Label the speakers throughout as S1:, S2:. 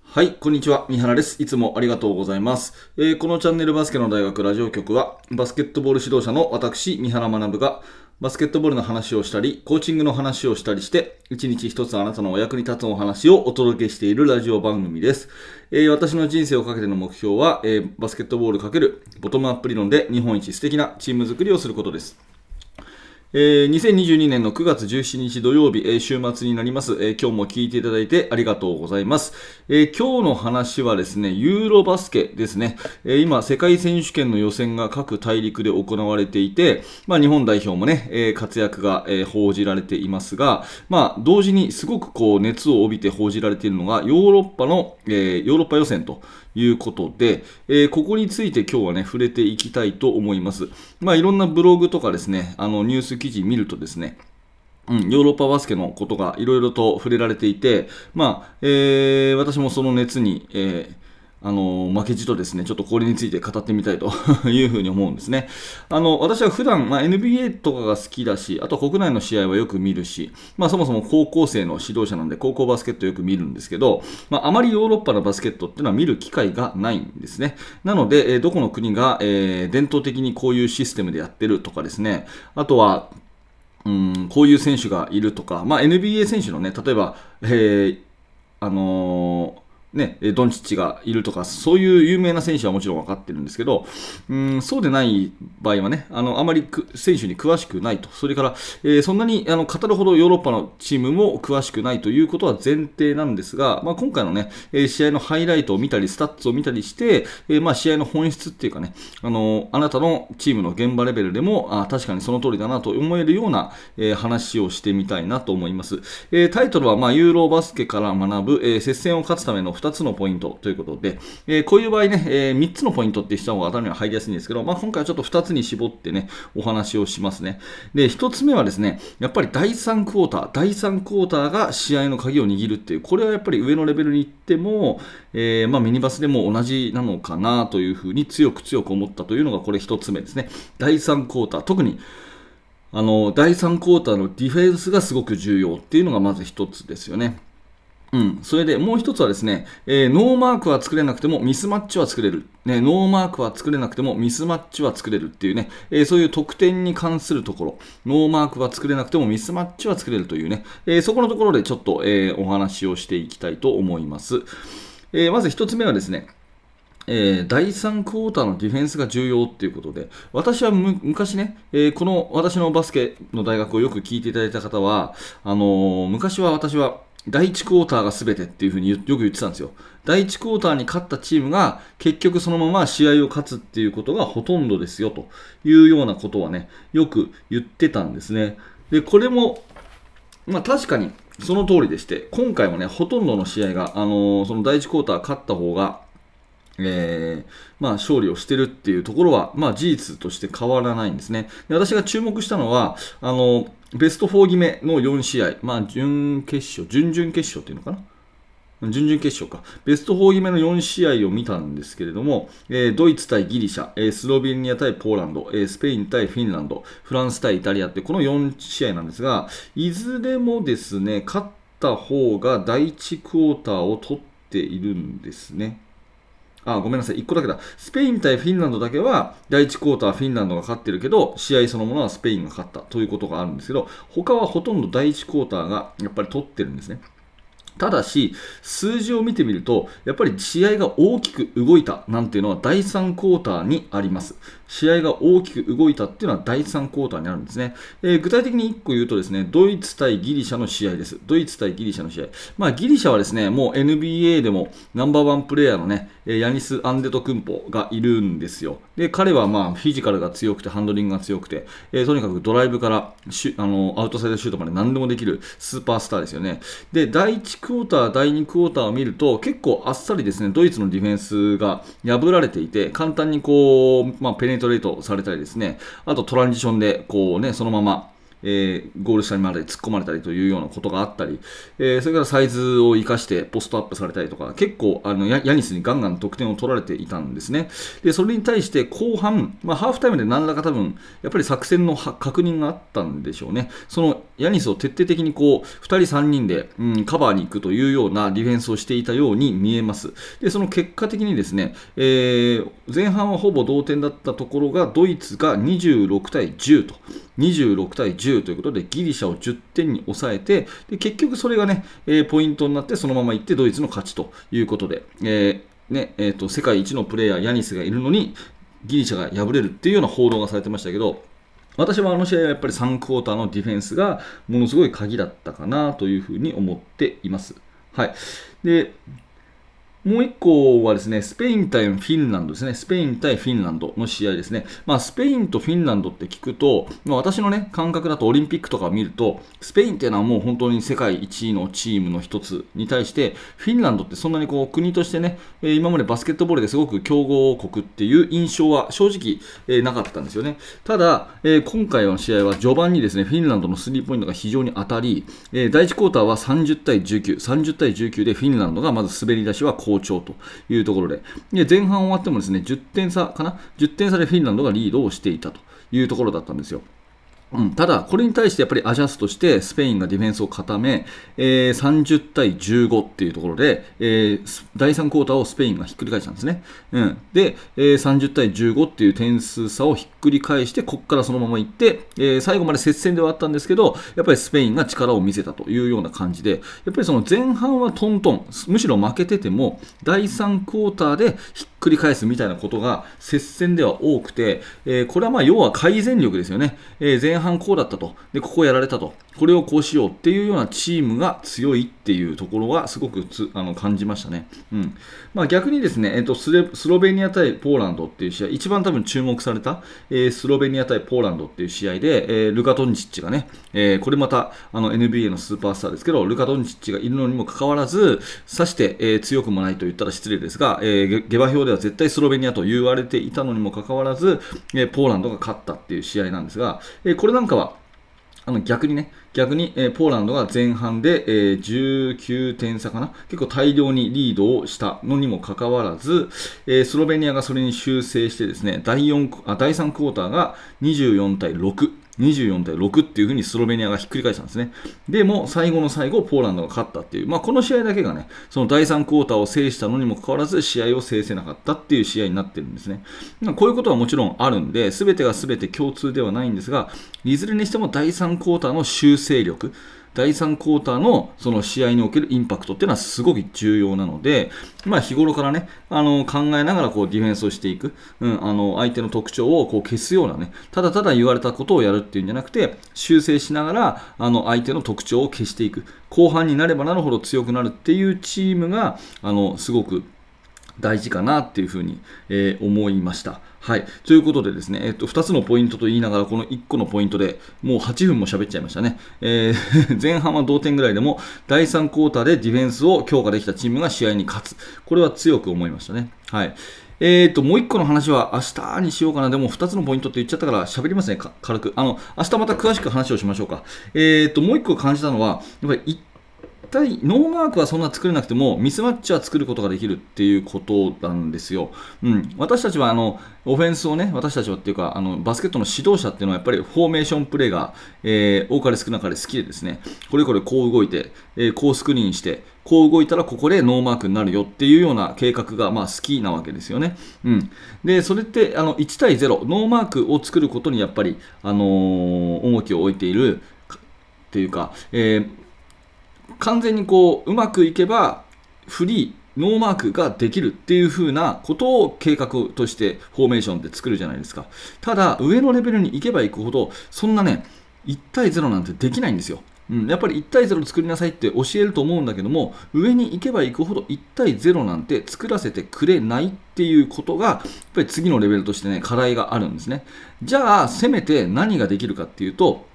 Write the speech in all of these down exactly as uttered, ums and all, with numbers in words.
S1: はい、こんにちは。三原です。いつもありがとうございます。えーこのチャンネルバスケの大学ラジオ局は、バスケットボール指導者の私、三原学が、バスケットボールの話をしたり、コーチングの話をしたりして、一日一つあなたのお役に立つお話をお届けしているラジオ番組です。えー私の人生をかけての目標は、えーバスケットボール×ボトムアップ理論で日本一素敵なチーム作りをすることです。えーにせんにじゅうにねんのくがつじゅうしちにち土曜日、えー週末になります、えー今日も聞いていただいてありがとうございます。えー今日の話はですね、ユーロバスケですね。えー今、世界選手権の予選が各大陸で行われていて、まあ、日本代表もね、えー活躍が、えー報じられていますが、まあ、同時にすごくこう熱を帯びて報じられているのがヨーロッパの、えーヨーロッパ予選ということで、えーここについて今日はね、触れていきたいと思います。まあ、いろんなブログとかですね、あのニュース記事見るとですね、うん、ヨーロッパバスケのことがいろいろと触れられていて、まあえー私もその熱に、えーあの負けじとですね、ちょっとこれについて語ってみたいというふうに思うんですね。あの私は普段、まあ、エヌビーエー とかが好きだし、あと国内の試合はよく見るし、まあ、そもそも高校生の指導者なんで高校バスケットよく見るんですけど、まあ、あまりヨーロッパのバスケットっていうのは見る機会がないんですね。なので、えーどこの国が、えー伝統的にこういうシステムでやってるとかですね、あとはうん、こういう選手がいるとか、まあ、エヌビーエー 選手のね、例えば、えーあのーね、ドンチッチがいるとか、そういう有名な選手はもちろん分かってるんですけど、うん、そうでない場合はね、あのあまりく選手に詳しくないと、それから、えーそんなにあの語るほどヨーロッパのチームも詳しくないということは前提なんですが、まあ、今回のね、えー試合のハイライトを見たり、スタッツを見たりして、えーまあ、試合の本質っていうかね、あのあなたのチームの現場レベルでも、あ確かにその通りだなと思えるような、えー話をしてみたいなと思います。えータイトルは、まあ、ユーロバスケから学ぶ、えー接戦を勝つためのふたつのポイントということで、えーこういう場合ね、えーみっつのポイントってした方が頭には入りやすいんですけど、まあ、今回はちょっとふたつに絞ってね、お話をしますね。で、ひとつめはですね、やっぱりだいさんクォーター、だいさんクォーターが試合の鍵を握るっていう、これはやっぱり上のレベルに行っても、えーまあ、ミニバスでも同じなのかなというふうに強く強く思ったというのがこれひとつめですね。だいさんクォーター、特にあのだいさんクォーターのディフェンスがすごく重要っていうのがまずひとつですよね。うん、それでもう一つはですね、えーノーマークは作れなくてもミスマッチは作れる、ね、ノーマークは作れなくてもミスマッチは作れるっていうね、えーそういう得点に関するところ、ノーマークは作れなくてもミスマッチは作れるというね、えーそこのところでちょっと、えーお話をしていきたいと思います。えーまず一つ目はですね、えーだいさんクォーターのディフェンスが重要っていうことで、私はむ昔ね、えーこの私のバスケの大学をよく聞いていただいた方は、あのー昔は私はだいいちクォーターが全てっていうふうによく言ってたんですよ。だいいちクォーターに勝ったチームが結局そのまま試合を勝つっていうことがほとんどですよというようなことはね、よく言ってたんですね。で、これも、まあ確かにその通りでして、今回もね、ほとんどの試合が、あのーそのだいいちクォーター勝った方が、えーまあ、勝利をしているっていうところは、まあ、事実として変わらないんですね。で私が注目したのは、あのベストよん決めのよん試合、まあ、準決勝、準々決勝っていうのかな、準々決勝か、ベストよん決めのよん試合を見たんですけれども、えードイツ対ギリシャ、えースロベニア対ポーランド、えースペイン対フィンランド、フランス対イタリアって、このよん試合なんですが、いずれもですね、勝った方がだいいちクォーターを取っているんですね。あ、ごめんなさい。いっこだけだ。スペイン対フィンランドだけは、だいいちクォーターフィンランドが勝ってるけど、試合そのものはスペインが勝ったということがあるんですけど、他はほとんどだいいちクォーターがやっぱり取ってるんですね。ただし、数字を見てみると、やっぱり試合が大きく動いたなんていうのはだいさんクォーターにあります。試合が大きく動いたっていうのはだいさんクォーターにあるんですね。えー具体的にいっこ言うとですね、ドイツ対ギリシャの試合です。ドイツ対ギリシャの試合。まあ、ギリシャはですね、もう エヌビーエー でもナンバーワンプレイヤーのね、えーヤニス・アンデト・クンポがいるんですよ。で、彼はまあフィジカルが強くて、ハンドリングが強くて、えーとにかくドライブからシュあのアウトサイドシュートまで何でもできるスーパースターですよね。で、だいいちクォーター、だいにクォーターを見ると、結構あっさりですね、ドイツのディフェンスが破られていて、簡単にこう、まあ、ペネトレートされたりですね、あとトランジションでこうね、そのままえー、ゴール下にまで突っ込まれたりというようなことがあったり、えー、それからサイズを生かしてポストアップされたりとか、結構あのヤヤニスにガンガン得点を取られていたんですね。でそれに対して後半、まあ、ハーフタイムで何らか多分やっぱり作戦の確認があったんでしょうね。そのヤニスを徹底的にこうふたりさんにんで、うん、カバーに行くというようなディフェンスをしていたように見えます。でその結果的にですね、えー、前半はほぼ同点だったところがドイツがにじゅうろくたいじゅうとにじゅうろくたいじゅうということでギリシャをじゅってんに抑えて、で結局それがね、えー、ポイントになってそのままいってドイツの勝ちということで、えーねえー、と世界一のプレーヤーヤニスがいるのにギリシャが敗れるっていうような報道がされてましたけど、私はあの試合はやっぱりさんクォーターのディフェンスがものすごい鍵だったかなというふうに思っています。はい。でもう一個はですね、スペイン対フィンランドですね。スペイン対フィンランドの試合ですね。まあ、スペインとフィンランドって聞くと、まあ、私のね、感覚だとオリンピックとかを見ると、スペインっていうのはもう本当に世界一位のチームの一つに対して、フィンランドってそんなにこう国としてね、今までバスケットボールですごく強豪国っていう印象は正直なかったんですよね。ただ、今回の試合は序盤にですね、フィンランドのスリーポイントが非常に当たり、だいいちクォーターはさんじゅうたいじゅうきゅう、さんじゅうたいじゅうきゅうでフィンランドがまず滑り出しは好調というところで、で前半終わってもですね、じゅってん差かな、じゅってん差でフィンランドがリードをしていたというところだったんですよ。うん、ただ、これに対してやっぱりアジャストしてスペインがディフェンスを固め、えー、さんじゅうたいじゅうごっていうところで、えー、だいさんクォーターをスペインがひっくり返したんですね。うん、で、えー、さんじゅうたいじゅうごっていう点数差をひっくり返して、ここからそのままいって、えー、最後まで接戦ではあったんですけど、やっぱりスペインが力を見せたというような感じで、やっぱりその前半はトントン、むしろ負けてても、だいさんクォーターでひっくり返すみたいなことが接戦では多くて、えー、これはまあ要は改善力ですよね。えー、前半こうだったと、でここやられたと、これをこうしようっていうようなチームが強いっていうところはすごくつあの感じましたね。うんまあ、逆にですね、えー、とスレスロベニア対ポーランドっていう試合、一番多分注目された、えー、スロベニア対ポーランドっていう試合で、えー、ルカ・ドンチッチがね、えー、これまたあの エヌビーエー のスーパースターですけど、ルカ・ドンチッチがいるのにもかかわらず、さして、えー、強くもないと言ったら失礼ですが、えー、下馬評では絶対スロベニアと言われていたのにもかかわらず、えー、ポーランドが勝ったっていう試合なんですが、えー、これなんかはあの逆にね、逆に、えー、ポーランドが前半で、えー、じゅうきゅうてん差かな、結構大量にリードをしたのにもかかわらず、えー、スロベニアがそれに修正してですね、だいよんあだいさんクォーターがにじゅうよんたいろく、にじゅうよんたいろくっていう風にスロベニアがひっくり返したんですね。でも最後の最後ポーランドが勝ったっていう、まあ、この試合だけがね、そのだいさんクォーターを制したのにもかかわらず試合を制せなかったっていう試合になってるんですね。まあ、こういうことはもちろんあるんで、全てが全て共通ではないんですが、いずれにしてもだいさんクォーターの修正力、だいさんクォーターのその試合におけるインパクトっていうのはすごく重要なので、まあ、日頃からね、あの考えながらこうディフェンスをしていく、うん、あの相手の特徴をこう消すようなね、ただただ言われたことをやるっていうんじゃなくて、修正しながらあの相手の特徴を消していく、後半になればなるほど強くなるっていうチームがあのすごく大事かなっていうふうに、えー、思いました。はい。ということでですね、えっと、ふたつのポイントと言いながら、このいっこのポイントでもうはちふんも喋っちゃいましたね。えー、前半は同点ぐらいでも、だいさんクォーターでディフェンスを強化できたチームが試合に勝つ。これは強く思いましたね。はい。えーと、もういっこの話は明日にしようかな。でもふたつのポイントって言っちゃったから喋りますね、軽く。あの、明日また詳しく話をしましょうか。えーと、もういっこ感じたのは、やっぱり対ノーマークはそんな作れなくてもミスマッチは作ることができるっていうことなんですよ。うん、私たちはあのオフェンスをね、私たちはっていうかあのバスケットの指導者っていうのはやっぱりフォーメーションプレーが、えー、多かれ少なかれ好きでですね、これこれこう動いて、えー、こうスクリーンしてこう動いたらここでノーマークになるよっていうような計画がまあ好きなわけですよね。うん、でそれってあのいちたいゼロノーマークを作ることにやっぱり、あのー、重きを置いているっていうか、えー完全にこううまくいけばフリーノーマークができるっていう風なことを計画としてフォーメーションって作るじゃないですか。ただ上のレベルに行けば行くほどそんなねいちたいゼロなんてできないんですよ。うん、やっぱりいちたいゼロ作りなさいって教えると思うんだけども、上に行けば行くほどいちたいゼロなんて作らせてくれないっていうことがやっぱり次のレベルとしてね課題があるんですね。じゃあせめて何ができるかっていうと、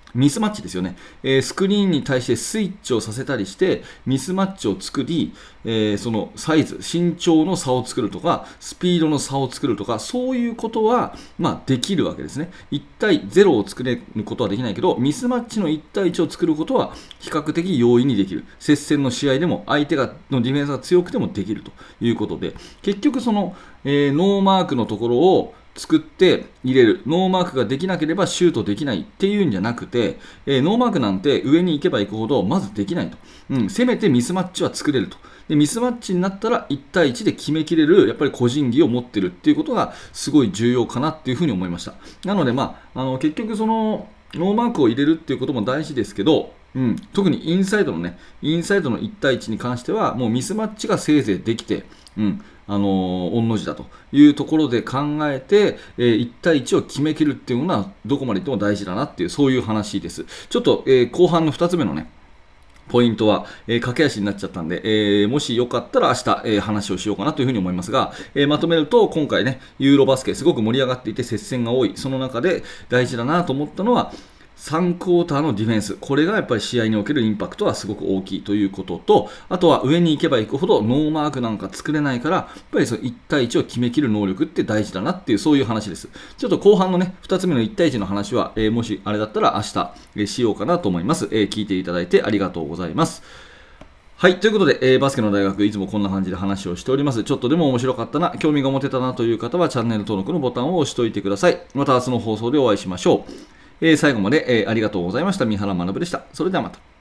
S1: ミスマッチですよね、えースクリーンに対してスイッチをさせたりしてミスマッチを作り、えーそのサイズ、身長の差を作るとかスピードの差を作るとか、そういうことは、まあ、できるわけですね。いち対ゼロを作れることはできないけど、ミスマッチのいち対いちを作ることは比較的容易にできる。接戦の試合でも相手がのディフェンスが強くてもできるということで、結局その、えーノーマークのところを作って入れる。ノーマークができなければシュートできないっていうんじゃなくて、えーノーマークなんて上に行けば行くほどまずできないと。うん、せめてミスマッチは作れると。でミスマッチになったらいち対いちで決めきれるやっぱり個人技を持ってるっていうことがすごい重要かなっていうふうに思いました。なので、まあ、あの結局そのノーマークを入れるっていうことも大事ですけど、うん、特にインサイドのね、インサイドのいち対いちに関してはもうミスマッチがせいぜいできて、うんあのー、御の字だというところで考えて、えー、いち対いちを決めきるっていうのはどこまでいっても大事だなっていうそういう話です。ちょっと、えー後半のふたつめのねポイントは、えー駆け足になっちゃったんで、えーもしよかったら明日、えー話をしようかなというふうに思いますが、えーまとめると今回ね、ユーロバスケすごく盛り上がっていて接戦が多い。その中で大事だなと思ったのは、さんクォーターのディフェンス。これがやっぱり試合におけるインパクトはすごく大きいということと、あとは上に行けば行くほどノーマークなんか作れないから、やっぱりそのいち対いちを決めきる能力って大事だなっていう、そういう話です。ちょっと後半のね、ふたつめのいち対いちの話は、えーもしあれだったら明日、えーしようかなと思います。えー聞いていただいてありがとうございます。はい。ということで、えーバスケの大学、いつもこんな感じで話をしております。ちょっとでも面白かったな、興味が持てたなという方は、チャンネル登録のボタンを押しておいてください。また明日の放送でお会いしましょう。えー最後まで、えーありがとうございました。三原学でした。それではまた。